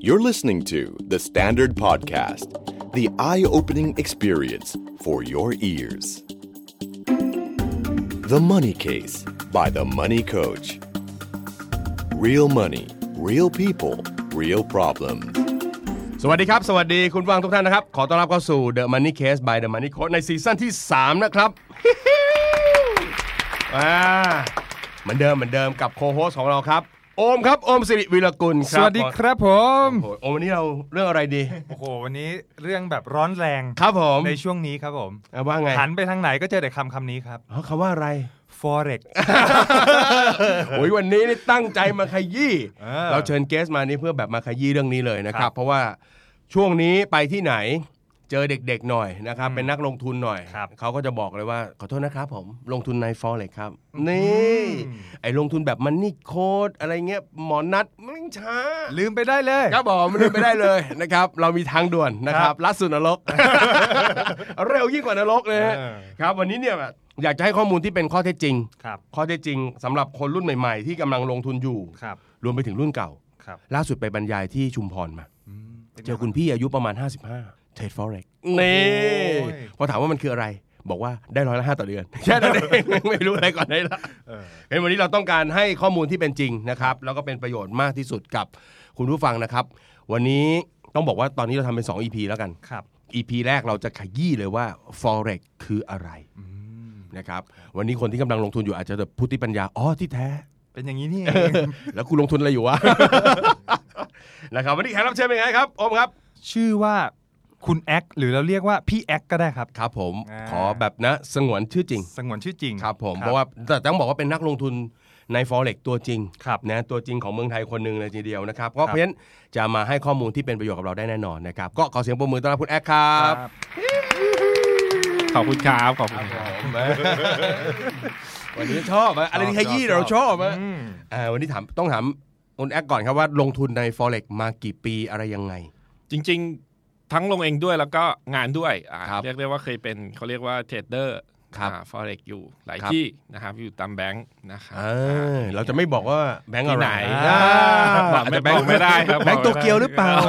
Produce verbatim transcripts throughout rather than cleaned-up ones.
You're listening to The Standard Podcast, the eye-opening experience for your ears. The Money Case by The Money Coach. Real money, real people, real problems. สวัสดีครับสวัสดีคุณผู้ฟังทุกท่านนะครับขอต้อนรับเข้าสู่ The Money Case by The Money Coach ในซีซั่นที่สามนะครับ อ่าเหมือนเดิมเหมือนเดิมกับโคโฮสของเราครับโอมครับโอมสิริวีรกุลครับสวัสดีครับผมโอ้โหโอมวันนี้เราเรื่องอะไรดีโอ้โหวันนี้เรื่องแบบร้อนแรงครับผมในช่วงนี้ครับผมว่าไงหันไปทางไหนก็เจอแต่คำคำนี้ครับอ๋อคำว่าอะไร Forex โอ้ยวันนี้นี่ตั้งใจมาขยี้เราเชิญเกสมานี่เพื่อแบบมาขยี้เรื่องนี้เลยนะครับเพราะว่าช่วงนี้ไปที่ไหนเจอเด็กๆหน่อยนะครับเป็นนักลงทุนหน่อยเขาก็จะบอกเลยว่าขอโทษนะครับผมลงทุนใน Forex ครับนี่ไอ้ลงทุนแบบมันนี่โค้ดอะไรเงี้ยหมอนัดมันช้าลืมไปได้เลยครับผมลืมไปได้เลยนะครับเรามีทางด่วนนะครับลัดสุดนรก เร็วยิ่งกว่านรกเลยครับวันนี้เนี่ยอยากจะให้ข้อมูลที่เป็นข้อเท็จจริงข้อเท็จจริงสำหรับคนรุ่นใหม่ๆที่กำลังลงทุนอยู่รวมไปถึงรุ่นเก่าล่าสุดไปบรรยายที่ชุมพรมาเจอคุณพี่อายุประมาณห้าสิบห้าเทรด Forex นี่พอถามว่ามันคืออะไรบอกว่าได้ร้อยละห้าต่อเดือนแค่นั้นเองไม่รู้อะไรก่อนได้ละเห็นวันนี้เราต้องการให้ข้อมูลที่เป็นจริงนะครับแล้วก็เป็นประโยชน์มากที่สุดกับคุณผู้ฟังนะครับวันนี้ต้องบอกว่าตอนนี้เราทำเป็นสอง อี พี แล้วกันครับ อี พี แรกเราจะขยี้เลยว่า Forex คืออะไรนะครับวันนี้คนที่กำลังลงทุนอยู่อาจจะพุทธิปัญญาอ๋อที่แท้เป็นอย่างนี้นี่แล้วคุณลงทุนอะไรอยู่วะ นะครับวันนี้แขกรับเชิญเป็นไงครับโอมครับชื่อว่าคุณแอคหรือเราเรียกว่าพี่แอคก็ได้ครับครับผมขอแบบนะสงวนชื่อจริงสงวนชื่อจริงครับผมเพราะว่าแต่ต้องบอกว่าเป็นนักลงทุนใน Forex ตัวจริงนะตัวจริงของเมืองไทยคนหนึ่งเลยทีเดียวนะครับเพราะฉะนั้นจะมาให้ข้อมูลที่เป็นประโยชน์กับเราได้แน่นอนนะครับก็ขอเสียงปรบมือต้อนรับคุณแอคครับขอบคุณครับขอบคุณครับวันนี้ชอบอะไรที่ขยี้เราชอบอ่าวันนี้ถามต้องถามคุณแอคก่อนครับว่าลงทุนใน Forex มากี่ปีอะไรยังไงจริงๆทั้งลงเองด้วยแล้วก็งานด้วยเรียกได้ว่าเคยเป็นเขาเรียกว่าเทรดเดอร์Forex อยู่หลายที่นะครับอยู่ตามแบงค์นะครับเราจะไม่บอกว่าแบงค์อะไรบอกไม่บอกไม่ได้ครับแบงค์โตเกียวหรือเปล่า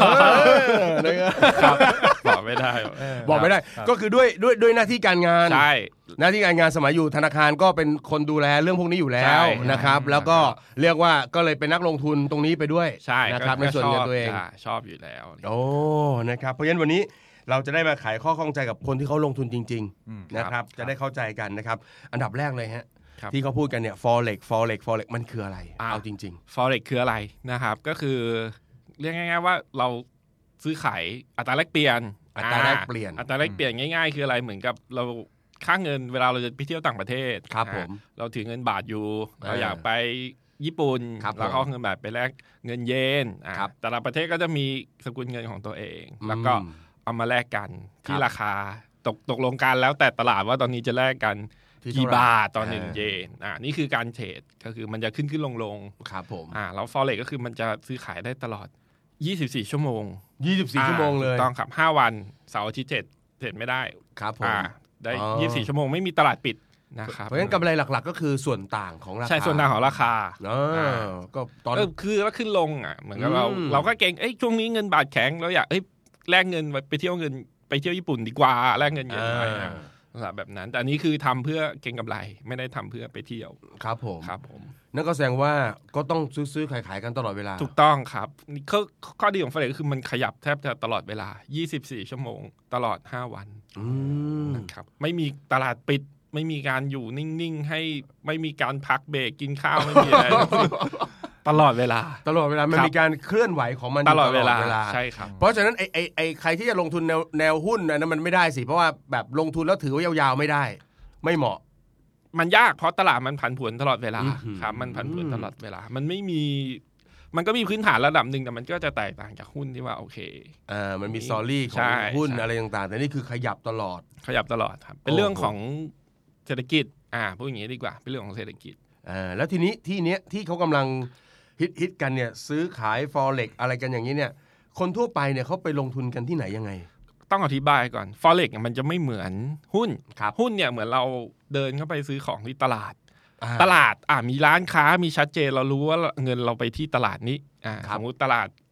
บอกไม่ได้บอกไม่ได้ก็คือด้วยด้วยด้วยหน้าที่การงานใช่หน้าที่การงานสมัยอยู่ธนาคารก็เป็นคนดูแลเรื่องพวกนี้อยู่แล้วนะครับแล้วก็เรียกว่าก็เลยเป็นนักลงทุนตรงนี้ไปด้วยนะครับในส่วนเงินตัวเองชอบอยู่แล้วโอ้นะครับเพราะฉะนั้นวันนี้เราจะได้มาไขข้อข้องใจกับคนที่เขาลงทุนจริงๆนะครับจะได้เข้าใจกันนะครับอันดับแรกเลยฮะที่เขาพูดกันเนี่ย Forex Forex Forex มันคืออะไรเอาจริงๆ Forex คืออะไรนะครับก็คือเรียกง่ายๆว่าเราซื้อขายอัตราแลกเปลี่ยนอัตราแลกเปลี่ยนอัตราแลกเปลี่ยนง่ายๆคืออะไรเหมือนกับเราค่าเงินเวลาเราจะไปเที่ยวต่างประเทศครับผมเราถือเงินบาทอยู่เราอยากไปญี่ปุ่นเราเอาเงินบาทไปแลกเงินเยนแต่ละประเทศก็จะมีสกุลเงินของตัวเองแล้วก็เอามาแลกกันที่ราคาตกตกลงกันแล้วแต่ตลาดว่าตอนนี้จะแลกกันกี่บาทต่อหนึ่งเยนอ่านี่คือการเทรดก็คือมันจะขึ้นขึ้นลงลงครับผมอ่าแล้ว Forex ก็คือมันจะซื้อขายได้ตลอดยี่สิบสี่ชั่วโมงยี่สิบสี่ชั่วโมงเลยต้องครับห้าวันเสาร์อาทิตย์เทรดเทรดไม่ได้ครับผมได้ยี่สิบสี่ชั่วโมงไม่มีตลาดปิดนะครับเพราะฉะนั้นกำไรหลักๆก็คือส่วนต่างของราคาใช่ส่วนต่างของราคาอ่าก็ตอนคือว่าขึ้นลงอ่ะเหมือนกับเราเราก็เก่งเอ้ยช่วงนี้เงินบาทแข็งเราอยากเอ้ยแลกเงินไปเที่ยวเงินไปเที่ยวญี่ปุ่นดีกว่าแลกเงินเยนไปแบบนั้นแต่อันนี้คือทำเพื่อเก็งกำไรไม่ได้ทำเพื่อไปเที่ยวครับผมครับผมนั่นก็แสดงว่าก็ต้องซื้อๆขายๆกันตลอดเวลาถูกต้องครับข้อข้อดีของ Forex ก็คือมันขยับแทบจะตลอดเวลายี่สิบสี่ชั่วโมงตลอดห้าวันนะครับไม่มีตลาดปิดไม่มีการอยู่นิ่งๆให้ไม่มีการพักเบรกกินข้าวไม่มีอะไรตลอดเวลาตลอดเวลามันมีการเคลื่อนไหวของมันตลอดเวลาใช่ครับเพราะฉะนั้นไอ้ไอ้ไอ้ใครที่จะลงทุนแนวแนวหุ้นนั้นมันไม่ได้สิเพราะว่าแบบลงทุนแล้วถือว่ายาวๆไม่ได้ไม่เหมาะมันยากเพราะตลาดมันผันผวนตลอดเวลาครับมันผันผวนตลอดเวลามันไม่มีมันก็มีพื้นฐานระดับนึงแต่มันก็จะแตกต่างจากหุ้นที่ว่าโอเคอ่ามันมีสตอรี่ของหุ้นอะไรต่างๆแต่นี่คือขยับตลอดขยับตลอดครับเป็นเรื่องของเศรษฐกิจอ่าพูดอย่างนี้ดีกว่าเป็นเรื่องของเศรษฐกิจอ่าแล้วทีนี้ที่เนี้ยที่เขากำลังฮิตฮิตกันเนี่ยซื้อขาย Forex อะไรกันอย่างนี้เนี่ยคนทั่วไปเนี่ยเขาไปลงทุนกันที่ไหนยังไงต้องอธิบายก่อน Forex มันจะไม่เหมือนหุ้นหุ้นเนี่ยเหมือนเราเดินเข้าไปซื้อของที่ตลาดตลาดอ่ามีร้านค้ามีชัดเจนเรารู้ว่าเงินเราไปที่ตลาดนี้อ่าสมมุติตลาด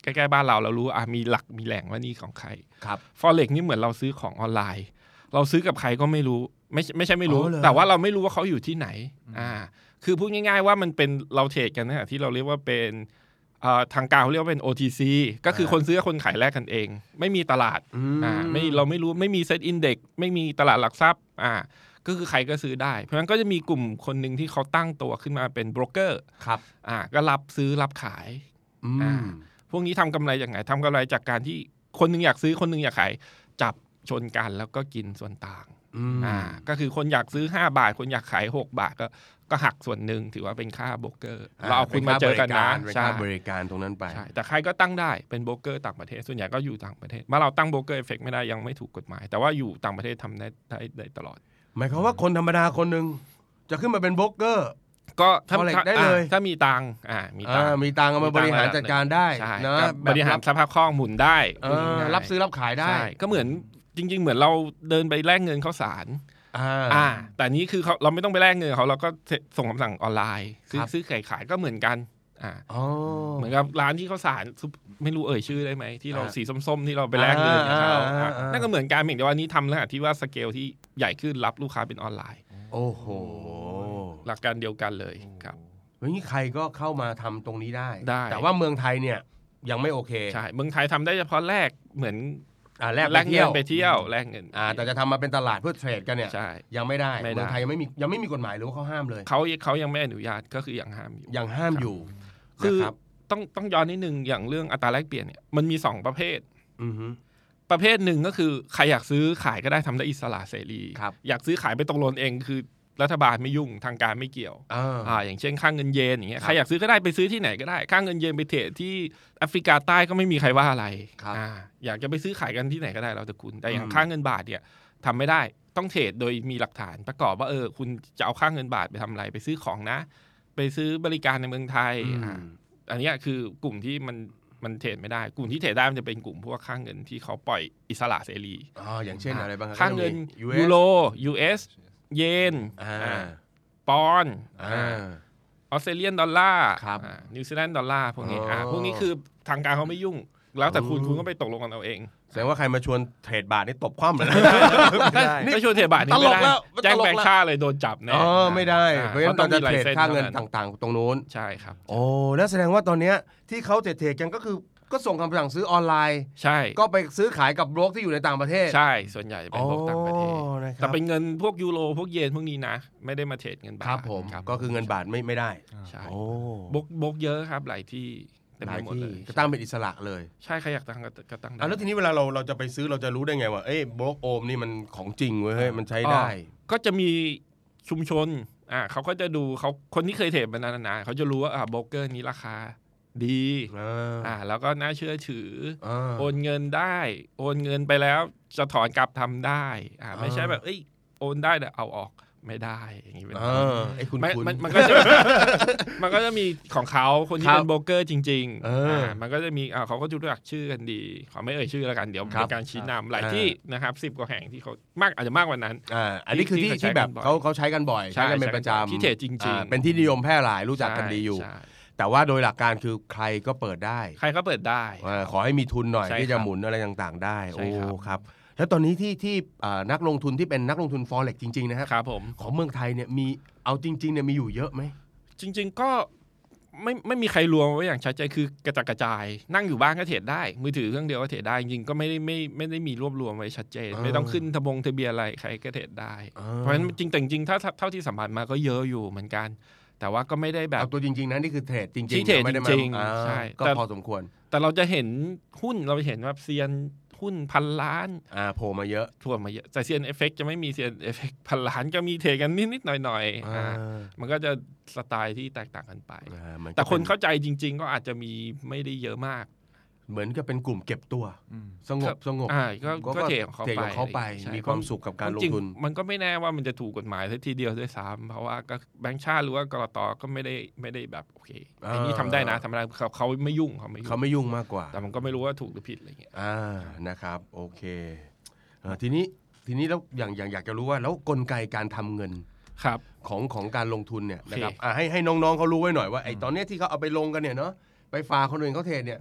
ใกล้ๆบ้านเราเรารู้อ่ะมีหลักมีแหล่งว่านี่ของใครครับ Forex นี่เหมือนเราซื้อของออนไลน์เราซื้อกับใครก็ไม่รู้ไม่ไม่ใช่ไม่รู้แต่ว่าเราไม่รู้ว่าเขาอยู่ที่ไหนอ่าคือพูดง่ายๆว่ามันเป็นเราเทรดกันนะที่เราเรียกว่าเป็นทางการเขาเรียกว่าเป็น โอ ที ซี ก็คือคนซื้อกับคนขายแลกกันเองไม่มีตลาดอ่าไม่เราไม่รู้ไม่มีเซ็ตอินเด็กซ์ไม่มีตลาดหลักทรัพย์อ่าก็คือใครก็ซื้อได้เพราะฉะนั้นก็จะมีกลุ่มคนหนึ่งที่เขาตั้งตัวขึ้นมาเป็นโบรกเกอร์ครับอ่าก็รับซื้อรับขายอ่าพวกนี้ทำกำไรจากไหนทำกำไรจากการที่คนนึงอยากซื้อคนนึงอยากขายจับชนกันแล้วก็กินส่วนต่างอ่าก็คือคนอยากซื้อห้าบาทคนอยากขายหกบาทก็ก็หักส่วนหนึ่งถือว่าเป็นค่าโบรกเกอร์เราเอาคุณมาเจอกันนะใช่บริการตรงนั้นไปใช่แต่ใครก็ตั้งได้เป็นโบรกเกอร์ต่างประเทศส่วนใหญ่ก็อยู่ต่างประเทศเมื่อเราตั้งโบรกเกอร์เอฟเฟกต์ไม่ได้ยังไม่ถูกกฎหมายแต่ว่าอยู่ต่างประเทศทำได้ได้ได้ตลอดหมายความว่าคนธรรมดาคนนึงจะขึ้นมาเป็นโบรกเกอร์ก็ถ้าได้เลยถ้ามีตังค์อ่ามีตังค์มีตังค์เอามาบริหารจัดการได้นะบริหารสภาพคล่องหมุนได้รับซื้อรับขายได้ก็เหมือนจริงๆเหมือนเราเดินไปแลกเงินข้าวสารอ่าแต่นี้คือเราไม่ต้องไปแลกเงินเขาเราก็ส่งคำสั่งออนไลน์ซื้อซื้อขายขายก็เหมือนกันอ่าเหมือนกับร้านที่เขาสารไม่รู้เอ่ยชื่อได้ไหมที่เราสีส้มๆที่เราไปแลกเงินกับเขานั่นก็เหมือนกันเพียงแต่ว่านี้ทำแล้วที่ว่าสเกลที่ใหญ่ขึ้นรับลูกค้าเป็นออนไลน์โอ้โหหลักการเดียวกันเลยครับวันนี้ใครก็เข้ามาทำตรงนี้ได้แต่ว่าเมืองไทยเนี่ยยังไม่โอเคใช่เมืองไทยทำได้เฉพาะแลกเหมือนแลกไปเที่ยวไปเที่ยวแลกเงินอ่าแต่จะทำมาเป็นตลาดเพื่อเทรดกันเนี่ยยังไม่ได้เมืองไทยยังไม่มียังไม่มีกฎหมายหรือว่าเขาห้ามเลยเขาเขายังไม่อนุญาตก็คือยังห้ามอยู่ยังห้ามอยู่คือต้องต้องย้อนนิดนึงอย่างเรื่องอัตราแลกเปลี่ยนเนี่ยมันมีสองประเภทประเภทหนึ่งก็คือใครอยากซื้อขายก็ได้ทำได้อิสระเสรีอยากซื้อขายไปตกลงเองคือรัฐบาลไม่ยุ่งทางการไม่เกี่ยวอ่าอย่างเช่นค่าเงินเยนอย่างเงี้ยใครอยากซื้อก็ได้ไปซื้อที่ไหนก็ได้ค่าเงินเยนไปเทรดที่แอฟริกาใต้ก็ไม่มีใครว่าอะไรอ่าอยากจะไปซื้อขายกันที่ไหนก็ได้เราแต่คุณแต่อย่างค่าเงินบาทเนี่ยทำไม่ได้ต้องเทรดโดยมีหลักฐานประกอบว่าเออคุณจะเอาค่าเงินบาทไปทำอะไรไปซื้อของนะไปซื้อบริการในเมืองไทยอ่าอันนี้คือกลุ่มที่มันมันเทรดไม่ได้กลุ่มที่เทรดได้มันจะเป็นกลุ่มพวกค่าเงินที่เขาปล่อยอิสระเสรีอ๋ออย่างเช่นอะไรบ้างค่าเงินยูโร ยู เอส เยนปอนด์ออสเตรเลียนดอลลาร์นิวซีแลนด์ดอลลาร์พวกนี้พวกนี้คือทางการเขาไม่ยุ่งแล้วแต่คุณคุณก็ไปตกลงกันเอาเองแสดงว่าใครมาชวนเทรดบาทนี่ตบคว่ำเลยไม่ชวนเทรดบาทนี่ไม่ได้แจ้งแบงค์ค่าเลยโดนจับแน่อ๋อไม่ได้เพราะฉะนั้นต้องจะเทรดค่าเงินต่างๆตรงนู้นใช่ครับโอ้แล้วแสดงว่าตอนนี้ที่เขาเทรดกันก็คือก็ส่งคำสั่งซื้อออนไลน์ใช่ก็ไปซื้อขายกับโบรกที่อยู่ในต่างประเทศใช่ส่วนใหญ่เป็นโบรกต่างประเทศแต่เป็นเงินพวกยูโรพวกเยนพวกนี้นะไม่ได้มาเทรดเงินบาทครับผมก็คือเงินบาทไม่ไม่ได้ใช่โบรกโบรกเยอะครับหลายที่หลายที่ก็ตั้งเป็นอิสระเลยใช่ใครอยากตั้งก็ตั้งได้แล้วทีนี้เวลาเราเราจะไปซื้อเราจะรู้ได้ไงว่าเอ้ยโบรกโอมนี่มันของจริงเว้ยมันใช้ได้ก็จะมีชุมชนอ่าเขาก็จะดูเขาคนที่เคยเทรดมานานๆเขาจะรู้ว่าอ่าโบรกเกอร์นี้ราคาดีอ่าแล้วก็น่าเชื่อถือโอนเงินได้โอนเงินไปแล้วจะถอนกลับทำได้อ่าไม่ใช่แบบเอ้ยโอนได้แต่เอาออกไม่ได้อย่างนี้เป็นต้นมันมันก็จะมันก็จะมีของเขาคนที่เป็นโบรกเกอร์จริงๆอ่ามันก็จะมีอ่าเขาก็รู้จักชื่อกันดีขอไม่เอ่ยชื่อแล้วกันเดี๋ยวเป็นการชี้นำหลายที่นะครับสิบกว่าแห่งที่เขามากอาจจะมากกว่านั้นอ่าอันนี้คือที่ที่แบบเขาเขาใช้กันบ่อยใช้กันเป็นประจำที่เทรดจริงๆเป็นที่นิยมแพร่หลายรู้จักกันดีอยู่แต่ว่าโดยหลักการคือใครก็เปิดได้ใครก็เปิดได้ขอให้มีทุนหน่อยที่จะหมุนอะไรต่างๆได้โอ้ครับแล้วตอนนี้ที่ที่นักลงทุนที่เป็นนักลงทุน Forex จริงๆนะครับครับผมของเมืองไทยเนี่ยมีเอาจริงๆเนี่ยมีอยู่เยอะไหมจริงๆก็ไม่ไม่มีใครรวมไว้อย่างชัดเจนคือกระจัดกระจายนั่งอยู่บ้านก็เทรดได้มือถือเครื่องเดียวก็เทรดได้จริงๆก็ไม่ได้ไม่ไม่ได้มีรวบรวมไว้ชัดเจนไม่ต้องขึ้นทะบงทะเบียนอะไรใครก็เทรดได้เพราะฉะนั้นจริงแต่จริงๆถ้าเท่าที่สัมผัสมาก็เยอะอยู่เหมือนกันแต่ว่าก็ไม่ได้แบบเอาตัวจริงๆนะนี่คือเทรดจริงๆที่เทรดจริงๆใช่ก็พอสมควรแต่เราจะเห็นหุ้นเราเห็นว่าเซียนหุ้นพันล้านอ่าโผล่มาเยอะโผล่มาเยอะแต่เซียนเอฟเฟกต์จะไม่มีเซียนเอฟเฟกต์พันล้านก็มีเทรดกันนิดๆหน่อยๆอ่ามันก็จะสไตล์ที่แตกต่างกันไปแต่คนเข้าใจจริงๆก็อาจจะมีไม่ได้เยอะมากเหมือนกับเป็นกลุ่มเก็บตัวสงบสงบอ่าก็เทรดของเขาไปมีความสุขกับการลงทุนมันก็ไม่แน่ว่ามันจะถูกกฎหมายทีเดียวด้วยซ้ำเพราะว่าแบงก์ชาติหรือว่ากลต.ก็ไม่ได้ไม่ได้แบบโอเคอันนี้ทำได้นะทำได้เขาเขาไม่ยุ่งเขาไม่เขาไม่ยุ่งมากกว่าแต่มันก็ไม่รู้ว่าถูกหรือผิดอะไรเงี้ยอ่านะครับโอเคทีนี้ทีนี้แล้วอย่างอย่างอยากจะรู้ว่าแล้วกลไกการทำเงินครับของของการลงทุนเนี่ยนะครับให้ให้น้องๆเขารู้ไว้หน่อยว่าไอ้ตอนนี้ที่เขาเอาไปลงกันเนี่ยเนาะไปฝากคนอื่นเขาเทรดเนี่ย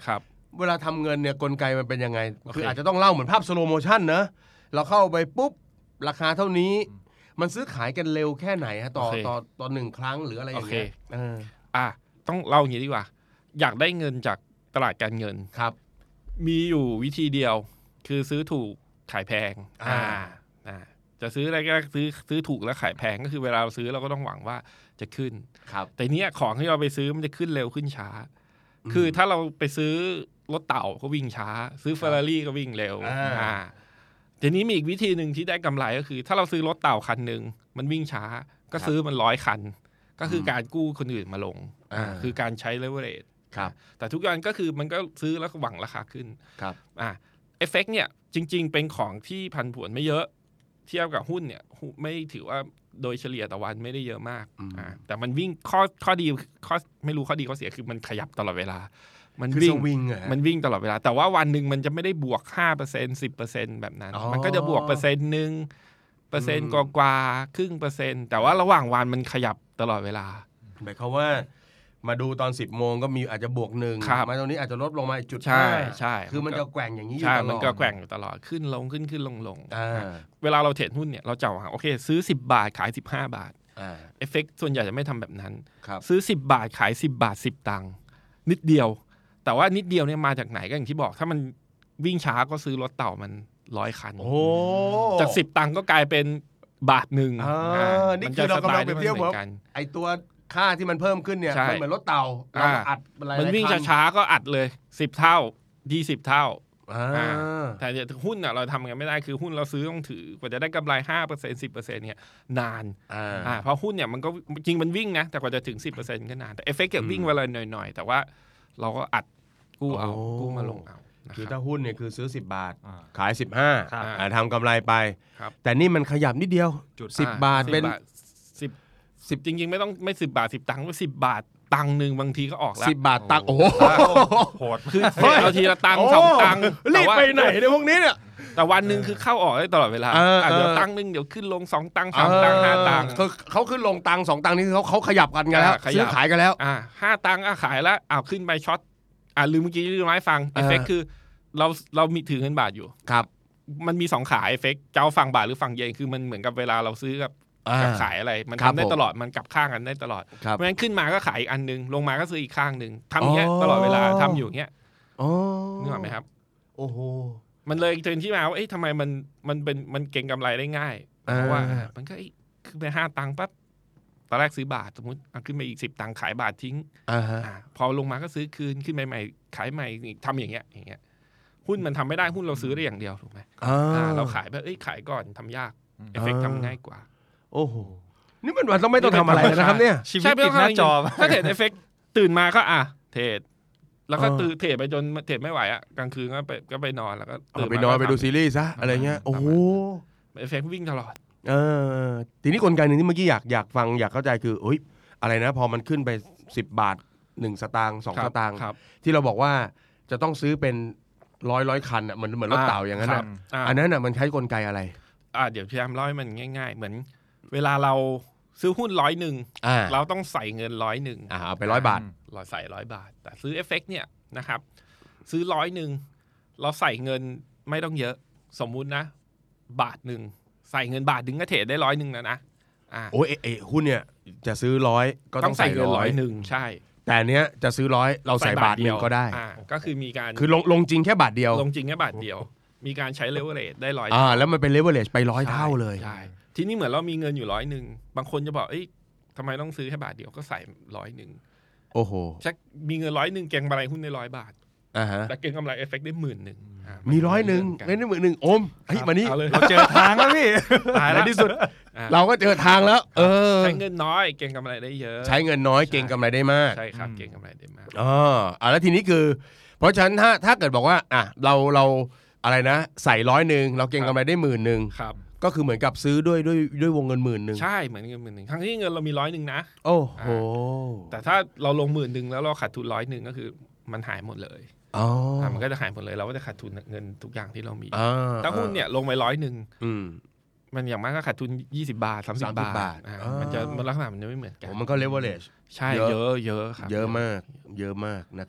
เวลาทำเงินเนี่ยกลไกมันเป็นยังไงคืออาจจะต้องเล่าเหมือนภาพสโลโมชั่นนะเราเข้าไปปุ๊บราคาเท่านี้มันซื้อขายกันเร็วแค่ไหนฮะต่อต่อต่อหนึ่งครั้งหรืออะไรอย่างเงี้ยอ่าต้องเล่าอย่างนี้ดีกว่าอยากได้เงินจากตลาดการเงินครับมีอยู่วิธีเดียวคือซื้อถูกขายแพงอ่าอ่าจะซื้ออะไรก็ซื้อซื้อถูกแล้วขายแพงก็คือเวลาเราซื้อเราก็ต้องหวังว่าจะขึ้นครับแต่เนี้ยของที่เราไปซื้อมันจะขึ้นเร็วขึ้นช้าคือถ้าเราไปซื้อรถเต่าก็วิ่งช้าซื้อเฟอร์รารี่ก็วิ่งเร็วอ่าทีนี้มีอีกวิธีหนึ่งที่ได้กำไรก็คือถ้าเราซื้อรถเต่าคันหนึ่งมันวิ่งช้าก็ซื้อมันร้อยคันก็คือการกู้คนอื่นมาลงคือการใช้เลเวอเรจแต่ทุกอย่างก็คือมันก็ซื้อแล้วหวังราคาขึ้นครับอ่าเอฟเฟกต์เนี่ยจริงๆเป็นของที่ผันผวนไม่เยอะเทียบกับหุ้นเนี่ยไม่ถือว่าโดยเฉลี่ยต่อวันไม่ได้เยอะมากอ่าแต่มันวิ่งข้อข้อดีข้อไม่รู้ข้อดีข้อเสียคือมันขยับตลอดเวลามันวิ่งมันวิ่งตลอดเวลาแต่ว่าวันหนึ่งมันจะไม่ได้บวก ห้าเปอร์เซ็นต์ สิบเปอร์เซ็นต์ แบบนั้นมันก็จะบวกเปอร์เซ็นต์นึงเปอร์เซ็นต์กว่าๆครึ่งเปอร์เซ็นต์แต่ว่าระหว่างวันมันขยับตลอดเวลาหมายความว่ามาดูตอนสิบโมงก็มีอาจจะบวกหนึ่งมาตรงนี้อาจจะลดลงมาอีกจุดใช่ใช่คือมันจะแกว่งอย่างนี้อยู่ตลอดมันก็แกว่งอยู่ตลอดขึ้นลงขึ้นขึ้นลงลงเวลาเราเทรดหุ้นเนี่ยเราจะว่าโอเคซื้อสิบบาทขายสิบห้าบาทเอฟเฟกต์ส่วนใหญ่จะไม่ทำแบบนั้นซื้อสิบบาทขายสิบบาทสิบตังค์นิดเดียวแต่ว่านิดเดียวเนี่ยมาจากไหนก็อย่างที่บอกถ้ามันวิ่งช้าก็ซื้อรถเต่ามันร้อยคันจากสิบตังค์ก็กลายเป็นบาทหนึ่งนี่คือเรากำลังไปเที่ยวว่าไอตัวค่าที่มันเพิ่มขึ้นเนี่ยมันเหมือนรถเต่าเราอัดอะไรมันวิ่งช้าๆก็อัดเลยสิบเท่ายี่สิบเท่าแต่หุ้นอ่ะเราทำกันไม่ได้คือหุ้นเราซื้อต้องถือกว่าจะได้กำไร ห้าเปอร์เซ็นต์ สิบเปอร์เซ็นต์ เนี่ยนานอ่าเพราะหุ้นเนี่ยมันก็จริงมันวิ่งนะแต่กว่าจะถึง สิบเปอร์เซ็นต์ ก็นานแต่เอฟเฟกต์วิ่งเวลาหน่อยๆแต่ว่าเราก็อัดกู้เอากู้มาลงเอาคือถ้าหุ้นเนี่ยคือซื้อสิบบาทขายสิบห้าทำกำไรไปแต่นี่มันขยับนิดเดียวสิบบาทเป็นสิบ สิบจริงๆไม่ต้องไม่สิบบาทสิบตังค์ก็สิบบาทตังค์นึงบางทีก็ออกแล้วสิบบาทตังค์โอ้โหโหดคือเอาทีละตังค์สองตังค์รีบไปไหนเนี่ยพวกนี้เนี่ยแต่วันนึงคือเข้าออกได้ตลอดเวลาเดี๋ยวตังค์นึงเดี๋ยวขึ้นลงสองตังค์สามตังค์ห้าตังค์คือเขาขึ้นลงตังค์สองตังค์นี่เขาเขาขยับกันกันแล้วซื้อขายกันแล้วอ่าห้าตังค์อ่ะขายแล้วอ้าวขึ้นไปช็อตอ่าลืมเมื่อกี้ลืมไม้ฟังเอฟเฟกต์คือเราเรามีถือเงินบาทอยู่ครับมันมีสองขาเอฟเฟกต์เจ้าฝั่งบาทหรือฝั่งเยนคือมันเหมือนกับเวลาเราซื้อกับกับขายอะไรมันทำได้ตลอดมันกลับข้างกันได้ตลอดเพราะฉะนั้นขึ้นมาก็ขายอีกอันนึงลงมาก็ซื้ออีกข้างนึงทำอย่างเงี้ยตลอดเวลาทำอยู่อย่างเงี้ยนึกออกไหมครับโอ้โหมันเลยเจอที่มาว่าเอ๊ะทำไมมันมันเป็นมันเก็งกำไรได้ง่ายเพราะว่ามันก็ขึ้นไปห้าตังค์ปั๊บตอนแรกซื้อบาทสมมติขึ้นไปอีกสิบตังค์ขายบาททิ้งพอลงมาก็ซื้อคืนขึ้นใหม่ๆขายใหม่ทำอย่างเงี้ยอย่างเงี้ยหุ้นมันทำไม่ได้หุ้นเราซื้อได้อย่างเดียวถูกไหมเราขายแบบเอ้ยขายก่อนทำยากเอฟเฟกต์ทำง่ายกว่าโอ้โหนี่มันวันต้องไม่ต้องทำอะไรนะครับเนี่ยชีวิตติดหน้าจอถ้าเทรดเอฟเฟกต์ตื่นมาก็อ่ะเทรดแล้วก็ตื่นเทรดไปจนเทรดไม่ไหวอ่ะกลางคืนก็ไปก็ไปนอนแล้วก็ตื่นไปนอนไปดูซีรีส์ซะอะไรเงี้ยโอ้โหเอฟเฟกต์วิ่งตลอดเออทีนี้กลไกนึงที่เมื่อกี้อยากอยากฟังอยากเข้าใจคือเอ้ยอะไรนะพอมันขึ้นไปสิบบาทหนึ่งสตางค์สองสตางค์ที่เราบอกว่าจะต้องซื้อเป็นร้อยร้อยคันอ่ะเหมือนเหมือนรถเต่าอย่างนั้นอ่ะอันนั้นอ่ะมันใช้กลไกอะไรอ่าเดี๋ยวพยายามเล่าให้มันง่ายๆเหมือนเวลาเราซื้อหุ้นร้อยหนึ่งเราต้องใส่เงินร้อยหนึ่งอ่าเอาไปร้อยบาทเราใส่ร้อยบาทแต่ซื้อเอฟเฟกต์เนี่ยนะครับซื้อร้อยหนึ่งเราใส่เงินไม่ต้องเยอะสมมุตินะบาทหนึ่งใส่เงินบาทหนึ่งก็เทรดได้ร้อยหนึ่งแล้วนะอ่าโอ้ยเอหุ้นเนี่ยจะซื้อร้อยก็ต้องใส่เงินร้อยหนึ่งใช่แต่เนี้ยจะซื้อร้อยเราใส่บาทเดียวก็ได้อ่าก็คือมีการคือลงลงจริงแค่บาทเดียวลงจริงแค่บาทเดียวมีการใช้เลเวอเรจได้ร้อยอ่าแล้วมันเป็นเลเวอเรจไปร้อยเท่าเลยใช่ทีนี้เหมือนเรามีเงินอยู่ร้อยหนึ่งบางคนจะบอกเอ้ยทำไมต้องซื้อแค่บาทเดียวก็ใส่ร้อยหนึ่งโอ้โหชักมีเงินร้อยหนึ่งเก็งกำไรหุ้นได้ร้อยบาทอ่าฮะแต่เก็งกำไรเอฟเฟกต์ได้หมื่นหนึ่งมีร้อยหนึ่งเงินได้หมื่นหนึ่งโอมเฮ้ยมานี่เราเจอทางแล้วพี่ตายแล้วที่สุดเราก็เจอทางแล้วเออใช้เงินน้อยเก็งกำไรได้เยอะใช้เงินน้อยเก็งกำไรได้มากใช่ครับเก็งกำไรได้มากอ๋ออ่าแล้วทีนี้คือเพราะฉะนั้นถ้าถ้าเกิดบอกว่าอ่ะเราเราอะไรนะใส่ร้อยหนึ่งเราเก็งกำไรได้หมื่นหนึ่งก็คือเหมือนกับซื้อด้วยด้วยด้วยวงเงินหมื่นหนึ่งใช่เหมือนเงินหมื่นหนึ่งทั้งที่เงินเรามีร้อยหนึ่งนะโอ้โหแต่ถ้าเราลงหมื่นหนึ่งแล้วเราขาดทุนร้อยหนึ่งก็คือมันหายหมดเลยอ๋อมันก็จะหายหมดเลยเราก็จะขาดทุนเงินทุกอย่างที่เรามีถ้าหุ้นเนี่ยลงไปร้อยหนึ่งมันอย่างมากก็ขาดทุนยี่สิบบาทสามสิบบาทมันจะมันลักษณะมันจะไม่เหมือนกันมันก็เลเวอเรจใช่เยอะเยอะครับเยอะมากเยอะมากนะครับ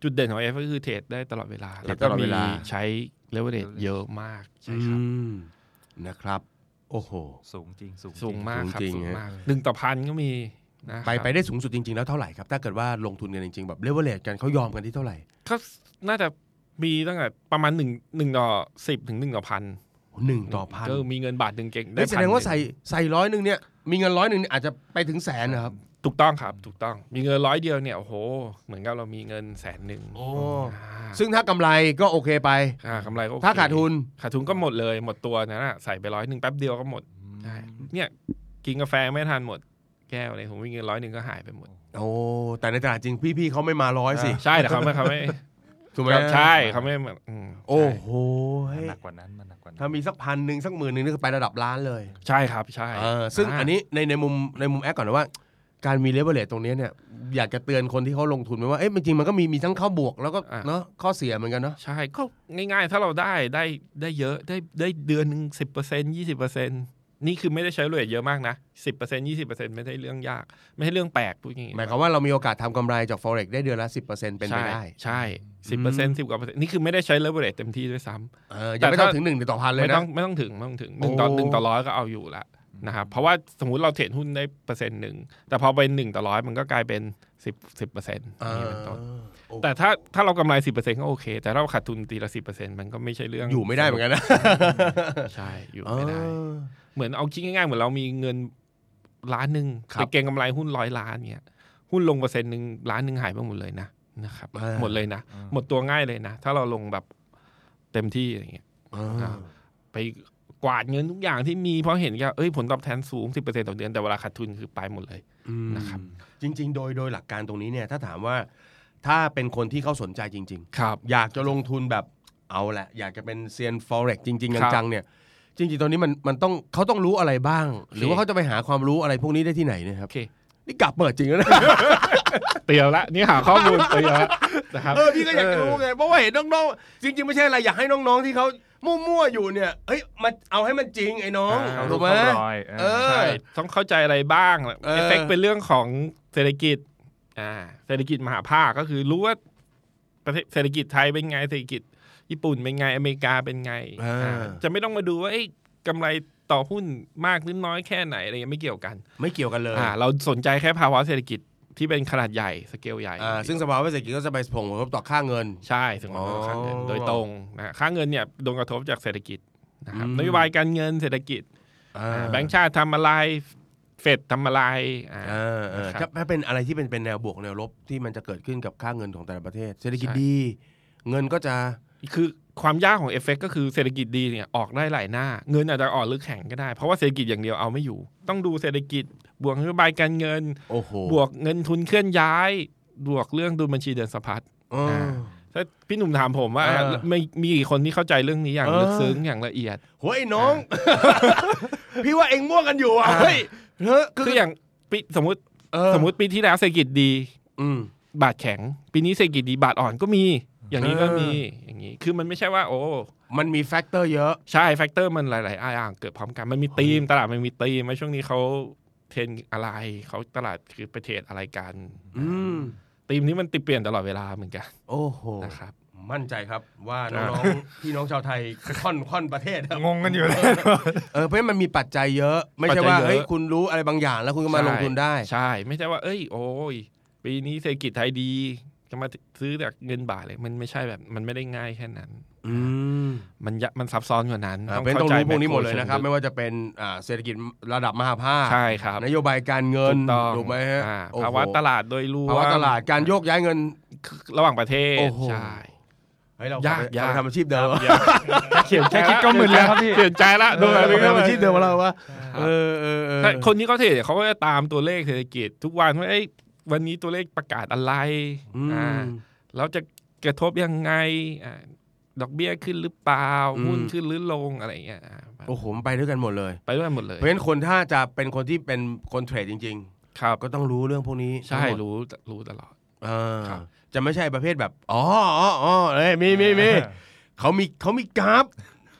จุดเด่นของ เอ เอฟ ก็คือเทรดได้ตลอดเวลาแล้วก็มีใช้เลเวอเรจเยอะมากใช่ครับนะครับโอ้โหสูงจริงสูงสูงมากครับสูงมากหนึ่งต่อพันก็มีนะไปไปได้สูงสุดจริงๆแล้วเท่าไหร่ครับถ้าเกิดว่าลงทุนกันจริงๆแบบเลเวอเรจกันเขายอมกันที่เท่าไหร่ก็น่าจะมีตั้งแต่ประมาณหนึ่งหนึ่งต่อสิบถึงหนึ่งต่อพันหนึ่งต่อพันก็มีเงินบาทหนึ่งเก่งได้แสดงว่าใส่ใส่ร้อยหนึ่งเนี่ยมีเงินร้อยหนึ่งอาจจะไปถึงแสนนะครับถูกต้องครับถูกต้องมีเงินร้อยเดียวเนี่ยโอ้โหเหมือนกับเรามีเงินแสนหนึ่งซึ่งถ้ากำไรก็โอเคไปกำไรก็ถ้าขาดทุนขาดทุนก็หมดเลยหมดตัวนั่นแหะใส่ไปร้อยหนึ่งแป๊บเดียวก็หมดใช่เนี่ยกินกาแฟไม่ทันหมดแก้วเลยผมมีเงินร้อยหนึ่งก็หายไปหมดโอ้แต่ในตลาดจริงพี่ๆเขาไม่มาร้อยสิใช่แต่เขาไม่เขาไม่ถูกไหมใช่เขาไม่โอ้โหหนักกว่านั้นมันหนักกว่านั้นถ้ามีสักพันหนึ่งสักหมื่นหนึ่งนี่คือไประดับล้านเลยใช่ครับใช่ซึ่งอันนี้ในในมุมในมุมแอคก่อนนะว่าการมีเลเวอเรจตรงนี้เนี่ยอยากจะเตือนคนที่เขาลงทุนไว้ว่าเอ๊ะจริงมันก็มีมีทั้งข้อบวกแล้วก็เนาะข้อเสียเหมือนกันเนาะใช่ก็ง่ายๆถ้าเราได้ได้ได้เยอะได้ได้เดือนนึงสิบเปอร์เซ็นต์ยี่สิบเปอร์เซ็นต์นี่คือไม่ได้ใช้เลเวอเรจเยอะมากนะสิบเปอร์เซ็นต์ยี่สิบเปอร์เซ็นต์ไม่ใช่เรื่องยากไม่ใช่เรื่องแปลกพูดอย่างงี้หมายความว่าเรามีโอกาสทำกำไรจาก Forex ได้เดือนละ สิบเปอร์เซ็นต์ เป็นไปได้ใช่สิบเปอร์เซ็นต์สิบกว่าเปอร์เซ็นต์นี่คือไม่ได้ใช้เลเวอเรจเต็มที่ด้วยซ้ำเออยังไม่ต้องถึงหนึ่งต่อพันเลยนะไม่ต้องไม่ต้องถึงไม่ต้องถึงหนึ่งต่อหนึ่งต่อร้อยก็เอาอยู่ละนะครับเพราะว่าสมมุติเราเทรดหุ้นได้เปอร์เซ็นต์หนึ่งแต่พอเป็นหนึ่งต่อร้อยมันก็กลายเป็นสิบ สิบเปอร์เซ็นต์นี่เป็นต้นแต่ถ้าถ้าเรากำไร สิบเปอร์เซ็นต์ ก็โอเคแต่ถ้าเราขาดทุนตีละ สิบเปอร์เซ็นต์ มันก็ไม่ใช่เรื่องอยู่ไม่ได้เหมือนกันนะใช่อยู่ไม่ได้เหมือนเอาคิดง่ายๆเหมือนเรามีเงินล้านนึงไปเก็งกำไรหุ้นร้อยล้านเงี้ยหุ้นลงเปอร์เซ็นต์นึงล้านนึงหายไปหมดเลยนะนะครับหมดเลยนะหมดตัวง่ายเลยนะถ้าเราลงแบบเต็มที่อะไรเงี้ยไปกวาดเงินทุกอย่างที่มีเพราะเห็นว่าเอ้ยผลตอบแทนสูง สิบเปอร์เซ็นต์ ต่อเดือนแต่เวลาขาดทุนคือไปหมดเลยนะครับจริงๆโดยโดยหลักการตรงนี้เนี่ยถ้าถามว่าถ้าเป็นคนที่เขาสนใจจริงๆครับอยากจะลงทุนแบบเอาแหละอยากจะเป็นเซียน Forex จริงๆจังๆเนี่ยจริงๆตอนนี้มันมันต้องเขาต้องรู้อะไรบ้างหรือว่าเขาจะไปหาความรู้อะไรพวกนี้ได้ที่ไหนเนี่ยครับนี่กลับเปิดจริงแล้วนะเตียวละนี่หาข้อมูลเตียวนะครับเออพี่ก็อยากจะรู้ไงเพราะว่าเห็นน้องๆจริงๆไม่ใช่อะไรอยากให้น้องๆที่เขามั่วๆอยู่เนี่ยเฮ้ยมาเอาให้มันจริงไอ้น้องถูกไหมเออใช่ต้องเข้าใจอะไรบ้างเอฟเฟกต์เป็นเรื่องของเศรษฐกิจอ่าเศรษฐกิจมหาภาคก็คือรู้ว่าประเทศเศรษฐกิจไทยเป็นไงเศรษฐกิจญี่ปุ่นเป็นไงอเมริกาเป็นไงจะไม่ต้องมาดูว่าไอ้กำไรต่อหุ้นมากหรือน้อยแค่ไหนอะไรไม่เกี่ยวกันไม่เกี่ยวกันเลยเราสนใจแค่ภาวะเศรษฐกิจที่เป็นขนาดใหญ่สเกลใหญ่ซึ่งสภาวะเศรษฐกิจก็จะไปส่งผลกระทบต่อค่าเงินใช่ส่งผลกระทบค่าเงินโดยตรงนะค่าเงินเนี่ยโดนกระทบจากเศรษฐกิจนะครับนโยบายการเงินเศรษฐกิจแบงก์ชาติทำอะไรเฟดทำอะไรถ้าเป็นอะไรที่เป็นเป็นแนวบวกแนวลบที่มันจะเกิดขึ้นกับค่าเงินของแต่ละประเทศเศรษฐกิจดีเงินก็จะคือความยากของเอฟเฟกต์ก็คือเศรษฐกิจดีเนี่ยออกได้หลายหน้าเงินอาจจะอ่อนหรือแข็งก็ได้เพราะว่าเศรษฐกิจอย่างเดียวเอาไม่อยู่ต้องดูเศรษฐกิจบวกนโยบายการเงินบวกเงินทุนเคลื่อนย้ายบวกเรื่องดุลบัญชีเดินสะพัดถ้าพี่หนุ่มถามผมว่าไม่มีกี่คนที่เข้าใจเรื่องนี้อย่างลึกซึ้งอย่างละเอียดโอ้ยน้องพี่ว่าเองมั่วกันอยู่อ่ะเฮ้ยคืออย่างปีสมมติสมมติปีที่แล้วเศรษฐกิจดีบาทแข็งปีนี้เศรษฐกิจดีบาทอ่อนก็มีอย่างนี้ก็มีอย่างนี้คือมันไม่ใช่ว่าโอ้มันมีแฟกเตอร์เยอะใช่แฟกเตอร์มันหลายๆอย่างเกิดพร้อมกันมันมีธีมตลาดมันมีธีมในช่วงนี้เขาเทรนอะไรเขาตลาดคือไปเทรดอะไรกันธีมนี้มันติดเปลี่ยนตลอดเวลาเหมือนกันโอ้โหนะครับมั่นใจครับว่าน้องๆพี่น้องชาวไทยค่อนค่อนประเทศงงกันอยู่เลยเออเพราะมันมีปัจจัยเยอะไม่ใช่ว่าเฮ้ยคุณรู้อะไรบางอย่างแล้วคุณก็มาลงทุนได้ใช่ไม่ใช่ว่าเอ้ยโอ้ยปีนี้เศรษฐกิจไทยดีจะมาซื้อจากเงินบาทเลยมันไม่ใช่แบบมันไม่ได้ง่ายแค่นั้นมันมันซับซ้อนกว่านั้นต้องเข้าใจพวกนี้หมดเลยนะครับไม่ว่าจะเป็นเศรษฐกิจระดับมหาภาคใช่ครับนโยบายการเงินถูกไหมฮะภาวะตลาดโดยรวมภาวะตลาดการโยกย้ายเงินระหว่างประเทศใช่ยากยากทำอาชีพเดิมเขียนแค่คิดก็มึนแล้วครับพี่เขียนใจละโดนอะไรทำอาชีพเดิมของเราวะเออเออคนที่เขาเทรดเขาก็จะตามตัวเลขเศรษฐกิจทุกวันว่าไอ้วันนี้ตัวเลขประกาศอะไรอ่าแล้วจะกระทบยังไงอ่าดอกเบี้ยขึ้นหรือเปล่าหุ้นขึ้นหรือลงอะไรอย่างเงี้ยโอ้โหไปด้วยกันหมดเลยไปด้วยกันหมดเลยเพราะฉะนั้นคนถ้าจะเป็นคนที่เป็นคนเทรดจริงๆครับก็ต้องรู้เรื่องพวกนี้ใช่รู้รู้ตลอดอ่าจะไม่ใช่ประเภทแบบอ๋ออ๋ออ๋อเอ้ยมีมีมีเขามีเขามีกราฟ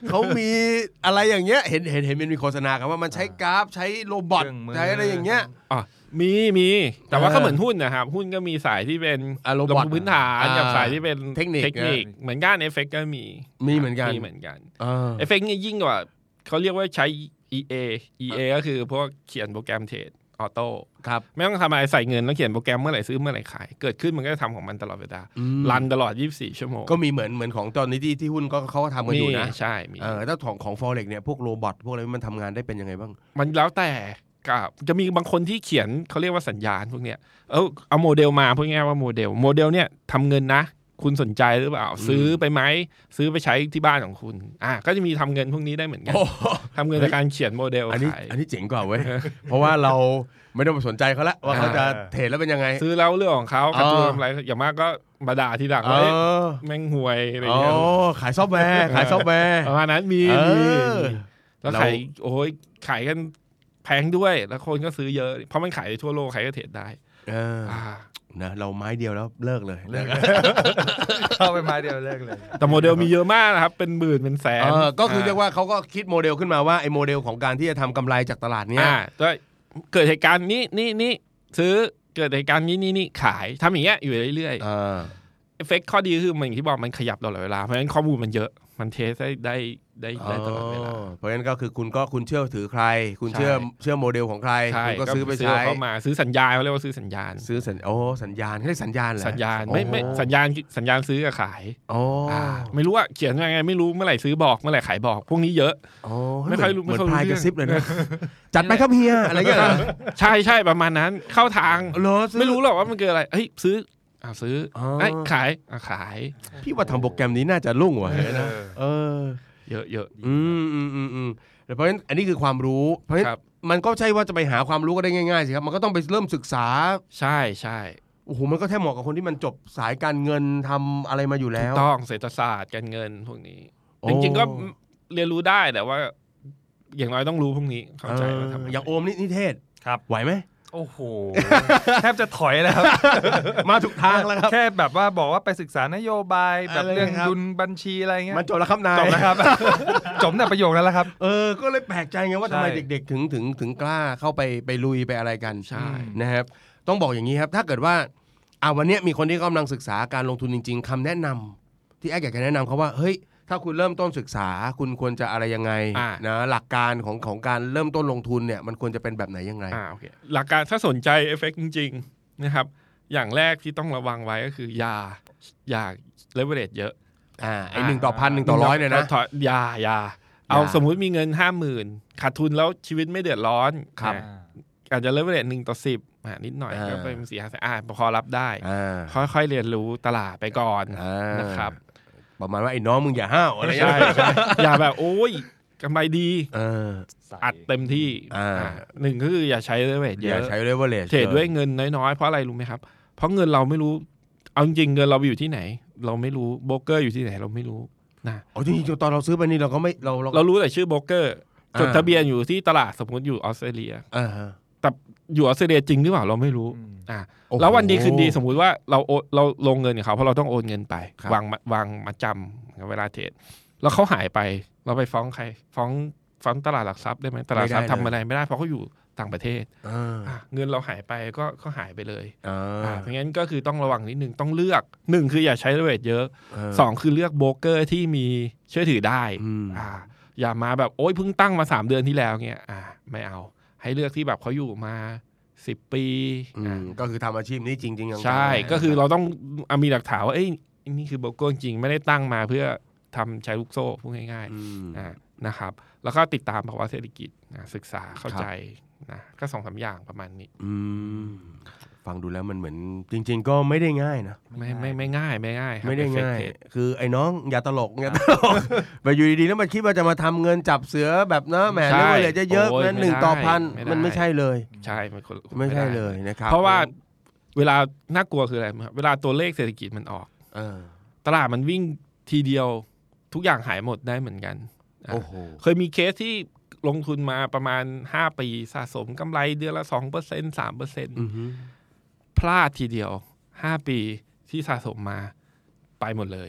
เขามีอะไรอย่างเงี้ยเห็นเห็นเห็นมันมีโฆษณากันว่ามันใช้กราฟใช้โรบอทใช้อะไรอย่างเงี้ยอ๋อมีมีแต่ว่าก็เหมือนหุ้นนะครับหุ้นก็มีสายที่เป็นลงพื้นฐานกับสายที่เป็นเทคนิคเหมือนกันเอฟเฟกต์ก็มีมีเหมือนกันมีเหมือนกันเอฟเฟกต์นี่ยิ่งกว่าเขาเรียกว่าใช้ อี เอ อี เอ ก็คือพวกเขียนโปรแกรมเทรดออโต้ครับไม่ต้องทำอะไรใส่เงินแล้วเขียนโปรแกรมเมื่อไหร่ซื้อเมื่อไหร่ขายเกิดขึ้นมันก็จะทำของมันตลอดเวลารันตลอดยี่สิบสี่ชั่วโมงก็มีเหมือนเหมือนของตอนนี้ที่ที่หุ้นก็เขาก็ทำกันอยู่นะใช่มีเออแล้วของของ Forex เนี่ยพวกโรบอทพวกอะไรมันทำงานได้เป็นยังไงบ้างมันแล้วแต่กับจะมีบางคนที่เขียนเขาเรียกว่าสัญญาณพวกเนี้ยเออเอาโมเดลมาพูดง่ายว่าโมเดลโมเดลเนี่ยทำเงินนะคุณสนใจหรือเปล่าซื้อไปไหมซื้อไปใช้ที่บ้านของคุณอ่ะก็จะมีทำเงินพวกนี้ได้เหมือนกันทำเงินในการเขียนโมเดลอันนี้อันนี้เจ๋งกว่าเว้ยเพราะว่าเราไม่ต้องไปสนใจเขาละว่าเขาจะเทรดแล้วเป็นยังไงซื้อแล้วเรื่องของเขาการทำอะไรอย่างมากก็มาด่าทีหลังว่าแม่งห่วยอะไรอย่างเงี้ยขายซอฟต์แวร์ขายซอฟต์แวร์ประมาณนั้นมีมีแล้วขายโอ้ยขายกันแพงด้วยแล้วคนก็ซื้อเยอะเพราะมันขายทั่วโลกใครก็เทรดได้นะเราไม้เดียวแล้วเลิกเลยเลิกเข้าไปไม้เดียวเลิกเลยแต่โมเดลมีเยอะมากนะครับเป็นหมื่นเป็นแสนก็คือเรียกว่าเขาก็คิดโมเดลขึ้นมาว่าไอ้โมเดลของการที่จะทำกำไรจากตลาดเนี้ยก็เกิดเหตุการณ์นี้นี่นี่ซื้อเกิดเหตุการณ์นี้นี่นี่ขายทำอย่างเงี้ยอยู่เรื่อยๆเอฟเฟกต์ข้อดีคือมันอย่างที่บอกมันขยับตลอดเวลาเพราะฉะนั้นข้อมูลมันเยอะมันเทสได้ได้ได้ได้ตลอดเวลาเพราะฉะนั้นก็คือคุณก็คุณเชื่อถือใครคุณเชื่อเชื่อโมเดลของใครคุณก็ซื้อไปใช้เข้ามาซื้อสัญญาณเขาเรียกว่าซื้อสัญญาณซื้อสัญโอ้สัญญาณให้สัญญาณเหรอสัญญาณไม่ไม่สัญญาณสัญญาณซื้อกับขายอ๋อไม่รู้ว่าเขียนยังไงไม่รู้เมื่อไหร่ซื้อบอกเมื่อไหร่ขายบอกพวกนี้เยอะไม่ค่อยรู้เหมือนพายกระซิบเลยนะจัดไปครับเฮียอะไรเงี้ยใช่ใช่ประมาณนั้นเข้าทางไม่รู้หรอกว่ามันเกิดอะไรเฮ้ยซื้ออ่าซื้อไอ้ขายอ่าขายพี่ว่าทำโปรแกรมนี้น่าจะรุ่งว่ะนะเออเยอะเยอะอืมอืมอืมอืมเพราะฉะนั้นอันนี้คือความรู้เพราะฉะนั้นมันก็ใช่ว่าจะไปหาความรู้ก็ได้ง่ายๆสิครับมันก็ต้องไปเริ่มศึกษาใช่ใช่โอ้โหมันก็แทบเหมาะกับคนที่มันจบสายการเงินทำอะไรมาอยู่แล้วถูกต้องเศรษฐศาสตร์การเงินพวกนี้จริงๆก็เรียนรู้ได้แต่ว่าอย่างน้อยต้องรู้พวกนี้เข้าใจว่าทำอย่างโอมนิเทศครับไหวไหมโอ้โหแทบจะถอยแล้วครับมาถูกทางแล้วครับแค่แบบว่าบอกว่าไปศึกษานโยบายแบบเรื่องดุลบัญชีอะไรเงี้ยมันจบแล้วครับนายจบแล้วครับจบแต่ประโยคนั้นแล้วครับเออก็เลยแปลกใจไงว่าทำไมเด็กๆถึงถึงถึงกล้าเข้าไปไปลุยไปอะไรกันใช่นะครับต้องบอกอย่างนี้ครับถ้าเกิดว่าอ่าวันนี้มีคนที่กำลังศึกษาการลงทุนจริงๆคำแนะนำที่แอ๊กอยากจะแนะนำเขาว่าเฮ้ยถ้าคุณเริ่มต้นศึกษาคุณควรจะอะไรยังไงนะหลักการของของการเริ่มต้นลงทุนเนี่ยมันควรจะเป็นแบบไหนยังไงอ่าโอเคหลักการถ้าสนใจเอฟเฟกต์จริงๆนะครับอย่างแรกที่ต้องระวังไว้ก็คืออย่าอย่าเลเวอเรจเยอะอ่าไอหนึ่งต่อพันหนึ่งต่อร้อยเนี่ยนะอย่าอย่าเอาสมมุติมีเงินห้าหมื่นขาดทุนแล้วชีวิตไม่เดือดร้อนครับอาจจะเลเวอเรจหนึ่งต่อสิบนิดหน่อยก็เป็นสี่ห้าแสนอ่าพอรับได้ค่อยๆเรียนรู้ตลาดไปก่อนนะครับประมาณว่าไอ้น้องมึงอย่าห้าวอะไรใช่ใช่อย่าแบบโอ้ยกำไรดีอัดเต็มที่หนึ่งก็คืออย่าใช้เลเวลเยอะอย่าใช้เลเวลเทรดด้วยเงินน้อยๆเพราะอะไรรู้ไหมครับเพราะเงินเราไม่รู้เอาจริงเงินเราไปอยู่ที่ไหนเราไม่รู้โบรกเกอร์อยู่ที่ไหนเราไม่รู้นะอ๋อจริงๆตอนเราซื้อไปนี่เราก็ไม่เราเรารู้แต่ชื่อโบรกเกอร์จดทะเบียนอยู่ที่ตลาดสมมติอยู่ออสเตรเลียแต่อยู่ออสเตรเลียจริงหรือเปล่าเราไม่รู้อ่าแล้ววันดีคืนดีสมมุติว่าเราเราลงเงินกับเขาเพราะเราต้องโอนเงินไปวางวางมาจำเวลาเทรดแล้วเขาหายไปเราไปฟ้องใครฟ้องฟ้องตลาดหลักทรัพย์ได้ไหมตลาดหลักทรัพย์ทำอะไรไม่ได้เพราะเขาอยู่ต่างประเทศเงินเราหายไปก็ก็หายไปเลยเพราะงั้นก็คือต้องระวังนิดนึงต้องเลือกหนึ่งคืออย่าใช้เลเวลเยอะสองคือเลือกโบรกเกอร์ที่มีเชื่อถือได้อย่ามาแบบโอ๊ยเพิ่งตั้งมาสามเดือนที่แล้วเงี้ยไม่เอาให้เลือกที่แบบเขาอยู่มาสิบปีก็คือทำอาชีพนี้จริงๆใช่ก็คือเราต้องมีหลักฐานว่าเอ้ยนี่คือโบรกเกอร์จริงไม่ได้ตั้งมาเพื่อทำใช้ลูกโซ่พูดง่ายๆนะครับแล้วก็ติดตามภาวะเศรษฐกิจศึกษาเข้าใจนะก็สองสามอย่างประมาณนี้ฟังดูแล้วมันเหมือนจริงๆก็ไม่ได้ง่ายนะไม่ไม่ไม่ง่ายไม่ง่ายไม่ได้ง่ายคือไอ้น้องอย่าตลกอย่าตลกไปอยู่ดีๆแล้วมันคิดว่าจะมาทำเงินจับเสือแบบนะแหมเรื่องเลยจะเยอะนั้นหนึ่งต่อพันมันไม่ใช่เลยใช่ไม่ไม่ใช่เลยนะครับเพราะว่าเวลาน่ากลัวคืออะไรเวลาตัวเลขเศรษฐกิจมันออกตลาดมันวิ่งทีเดียวทุกอย่างหายหมดได้เหมือนกันเคยมีเคสที่ลงทุนมาประมาณห้าปีสะสมกำไรเดือนละ สองเปอร์เซ็นต์ สามเปอร์เซ็นต์ พลาดทีเดียวห้าปีที่สะสมมาไปหมดเลย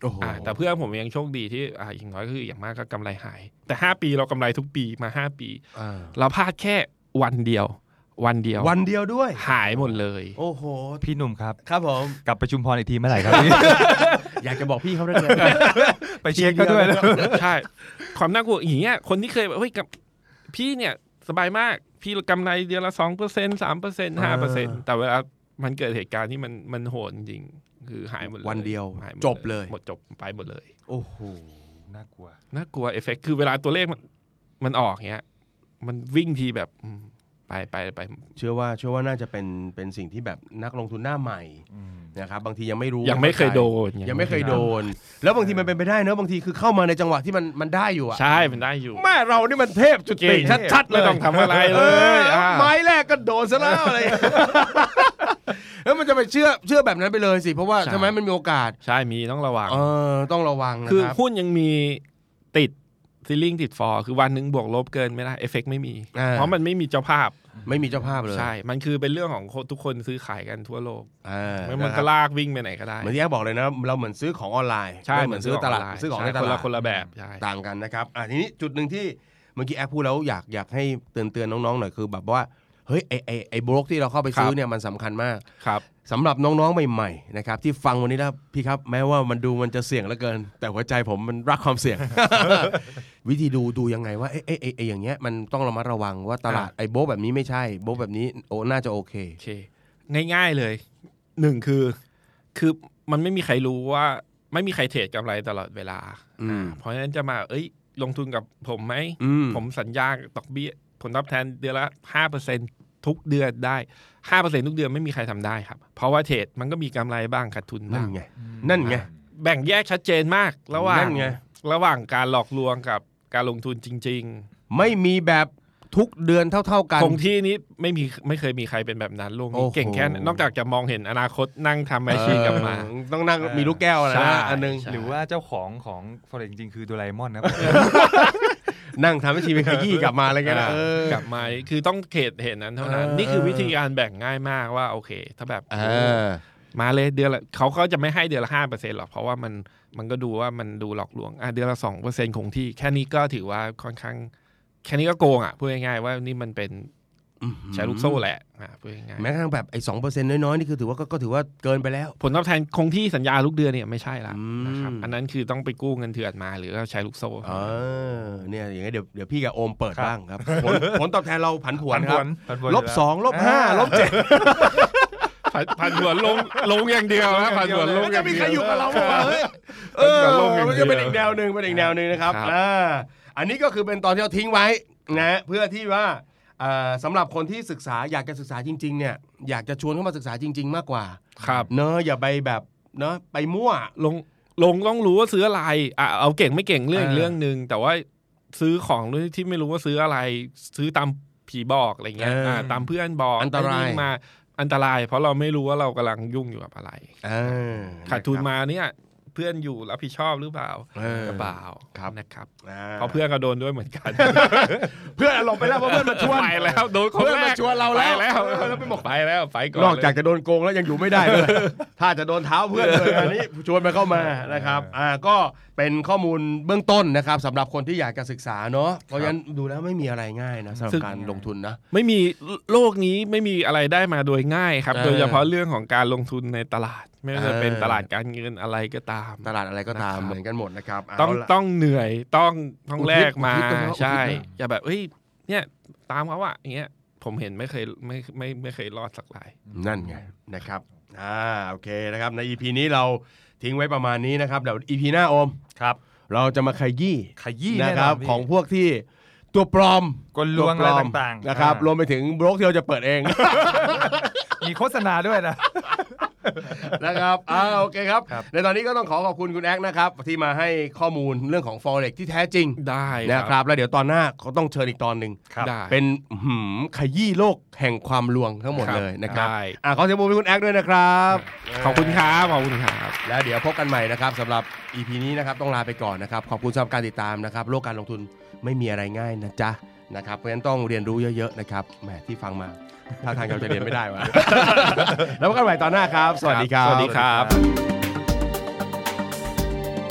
อ่าแต่เพื่อนผมยังโชคดีที่อ่าอย่างน้อยคืออย่างมากก็กำไรหายแต่ห้าปีเรากำไรทุกปีมาห้าปีเราพลาดแค่วันเดียววันเดียววันเดียวด้วยหายหมดเลยโอ้โหพี่หนุ่มครับครับผมกลับไปชุมพรอีกทีเมื่อไหร่ครับอยากจะบอกพี่เขาด้วยไปเช็คก็ด้วยใช่ความน่ากลัวอย่างเงี้ยคนที่เคยแบบเฮ้ยกับพี่เนี่ยสบายมากพี่กำไรเดือนละสองเปอร์เซ็นต์สามเปอร์เซ็นต์ห้าเปอร์เซ็นต์แต่เวลามันเกิดเหตุการณ์ที่มันมันโหดจริงคือหายหมดเลยวันเดียวจบเลยหมดจบไปหมดเลยโอ้โหน่ากลัวน่ากลัวเอฟเฟกต์คือเวลาตัวเลขมันมันออกเงี้ยมันวิ่งทีแบบไปไปไปเชื่อว่าเชื่อว่าน่าจะเป็นเป็นสิ่งที่แบบนักลงทุนหน้าใหม่นะครับบางทียังไม่รู้ยังไม่เคยโดนยังไม่เคยโดนแล้วบางทีมันเป็นไปได้เนอะบางทีคือเข้ามาในจังหวะที่มันมันได้อยู่อ่ะใช่มันได้อยู่แม่เรานี่มันเทพจุติชัดๆเลยไม่ต้องทำอะไรเลยไม้แรกก็โดนซะแล้วอะไรแล้วมันจะไปเชื่อเชื่อแบบนั้นไปเลยสิเพราะว่าใช่ไหมมันมีโอกาสใช่มีต้องระวังเออต้องระวังนะครับคือหุ้นยังมีติดซีลิ่งติดฟอร์คือวันนึงบวกลบเกินไม่ได้เอฟเฟกต์ไม่มีเพราะมันไม่มีเจ้าภาพไม่มีเจ้าภาพเลยใช่มันคือเป็นเรื่องของทุกคนซื้อขายกันทั่วโลกมันก็ลากวิ่งไปไหนก็ได้เหมือนที่แอ๊บอกเลยนะเราเหมือนซื้อของออนไลน์ใช่เหมือนซื้อตลาดซื้อของในตลาดคนละแบบต่างกันนะครับอ่ะทีนี้จุดนึงที่เมื่อกี้แอ๊พูดแล้วอยากอยากให้เตือนเตือนน้องๆหน่อยคือแบบว่าเฮ้ยไอไอไอโบรกที่เราเข้าไปซื้อเนี่ยมันสำคัญมากครับสำหรับน้องๆใหม่ๆนะครับที่ฟังวันนี้นะพี่ครับแม้ว่ามันดูมันจะเสี่ยงเหลือเกินแต่หัวใจผมมันรักความเสี่ยง วิธีดูดูยังไงว่าไอไอไอไออย่างเงี้ยมันต้องระมัดระวังว่าตลาดไอโบรกแบบนี้ไม่ใช่โบรกแบบนี้โอ้น่าจะโอเคโอเคง่ายๆเลยหนึ่งคือคือมันไม่มีใครรู้ว่าไม่มีใครเทรดกำไรตลอดเวลาเพราะฉะนั้นจะมาเอ้ยลงทุนกับผมไหมผมสัญญาดอกเบี้ยผลตอบแทนเดือนละ ห้าเปอร์เซ็นต์ ทุกเดือนได้ ห้าเปอร์เซ็นต์ ทุกเดือนไม่มีใครทำได้ครับเพราะว่าเทรดมันก็มีกำไรบ้างขาดทุนบ้างนั่นไงนั่นไงแบ่งแยกชัดเจนมากระหว่างระหว่างการหลอกลวงกับการลงทุนจริงๆไม่มีแบบทุกเดือนเท่าๆกันคงที่นี้ไม่มีไม่เคยมีใครเป็นแบบนั้นโลกนี้เก่งแค่นอกจากจะมองเห็นอนาคตนั่งทำแมชชีนกลับมาต้องนั่งมีลูกแก้วอะไรนะอันนึงหรือว่าเจ้าของของ Forex จริงๆคือโดราเอมอนนะนั่งทำให้ชีวิตขยี้กลับมาอะไรเงี้ยกลับมาคือต้องเขตเห็นนั้นเท่านั้นนี่คือวิธีการแบ่งง่ายมากว่าโอเคถ้าแบบมาเลยเดือนละเขาก็จะไม่ให้เดือนละ ห้าเปอร์เซ็นต์ หรอกเพราะว่ามันมันก็ดูว่ามันดูหลอกลวงอ่ะเดือนละ สองเปอร์เซ็นต์ คงที่แค่นี้ก็ถือว่าค่อนข้างแค่นี้ก็โกงอ่ะพูดง่ายๆว่านี่มันเป็นใช้ลูกโซ่แหละพูดง่ายๆแม้กระทั่งแบบไอ้ สองเปอร์เซ็นต์ น้อยๆนี่คือถือว่าก็ถือว่าเกินไปแล้วผลตอบแทนคงที่สัญญาทุกเดือนเนี่ยไม่ใช่ละนะครับอันนั้นคือต้องไปกู้เงินเถื่อนมาหรือใช้ลูกโซ่เออเนี่ยอย่างเงี้ยเดี๋ยวเดี๋ยวพี่กับโอมเปิดบ้างครับผลผลตอบแทนเราผันผวนครับลบสองลบห้าลบเจ็ดผันผวนลงลงอย่างเดียวนะผันผวนลงจะมีใครอยู่กับเราบ้างเออมันจะเป็นอีกแนวนึงเป็นอีกแนวนึงนะครับอ่าอันนี้ก็คือเป็นตอนที่เราทิ้งไว้นะเพื่อที่ว่าสำหรับคนที่ศึกษาอยากจะศึกษาจริงๆเนี่ยอยากจะชวนเข้ามาศึกษาจริงๆมากกว่าครับเนอะอย่าไปแบบเนอะไปมั่วลงลงต้องรู้ว่าซื้ออะไรอ่ะเอาเก่งไม่เก่งเรื่องอีกเรื่องนึงแต่ว่าซื้อของที่ไม่รู้ว่าซื้ออะไรซื้อตามผีบอกอะไรเงี้ยตามเพื่อนบอกอันตรายมาอันตรายเพราะเราไม่รู้ว่าเรากำลังยุ่งอยู่กับอะไรขาดทุนมาเนี่ยเพื่อนอยู่รับผิดชอบหรือเปล่ากระเป๋านะครับเพราะเพื่อนก็โดนด้วยเหมือนกันเพื่อนหลบไปแล้วเพราะเพื่อนมาชวนไปแล้วโดนเพื่อนมาชวนเราแล้วแล้วไปบอกไปแล้วไปก่อนนอกจากจะโดนโกงแล้วยังอยู่ไม่ได้เลยถ้าจะโดนเท้าเพื่อนเลยอันนี้ชวนมาเข้ามานะครับอ่าก็เป็นข้อมูลเบื้องต้นนะครับสำหรับคนที่อยากจะศึกษาเนาะเพราะฉะนั้นดูแล้วไม่มีอะไรง่ายนะสำหรับการลงทุนนะไม่มีโลกนี้ไม่มีอะไรได้มาโดยง่ายครับโดยเฉพาะเรื่องของการลงทุนในตลาดไม่ว่าจะเป็นตลาดการเงินอะไรก็ตามตลาดอะไรก็ตามเหมือนกันหมดนะครับต้องต้องเหนื่อยต้องต้องแลกมาใช่อย่าแบบเฮ้ยเนี่ยตามเขาอะอย่างเงี้ยผมเห็นไม่เคยไม่ไม่ไม่เคยรอดสักรายนั่นไงนะครับอ่าโอเคนะครับใน อี พี นี้เราทิ้งไว้ประมาณนี้นะครับเดี๋ยว อี พี หน้าโอมครับเราจะมาขยี้ขยี้นะครับของพวกที่ตัวปลอมกลลวงอะไรต่างๆนะครับรวมไปถึงโบรกที่เราจะเปิดเองมีโฆษณาด้วยนะนะครับอ่าโอเคครับในตอนนี้ก็ต้องขอขอบคุณคุณแอ๊กนะครับที่มาให้ข้อมูลเรื่องของ Forex ที่แท้จริงได้นะครับแล้วเดี๋ยวตอนหน้าเขาต้องเชิญอีกตอนนึงเป็นหืมขยี้โลกแห่งความลวงทั้งหมดเลยนะครับอ่าขอเสียงปรบมือให้คุณแอ๊กด้วยนะครับขอบคุณครับขอบคุณครับแล้วเดี๋ยวพบกันใหม่นะครับสำหรับ อี พี นี้นะครับต้องลาไปก่อนนะครับขอบคุณสำหรับการติดตามนะครับโลกการลงทุนไม่มีอะไรง่ายนะจ๊ะนะครับเพราะฉะนั้นต้องเรียนรู้เยอะๆนะครับแหมที่ฟังมาถ้าทางเราจะเรียนไม่ได้วะแล้วพบกันใหม่ตอนหน้าครับสวัสดีครับสวัสดีครับ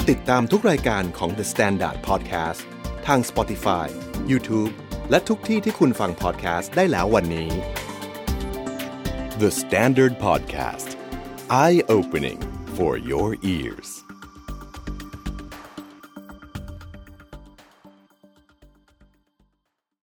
ติดตามทุกรายการของ The Standard Podcast ทาง Spotify, YouTube และทุกที่ที่คุณฟัง podcast ได้แล้ววันนี้ The Standard Podcast Eye Opening for your ears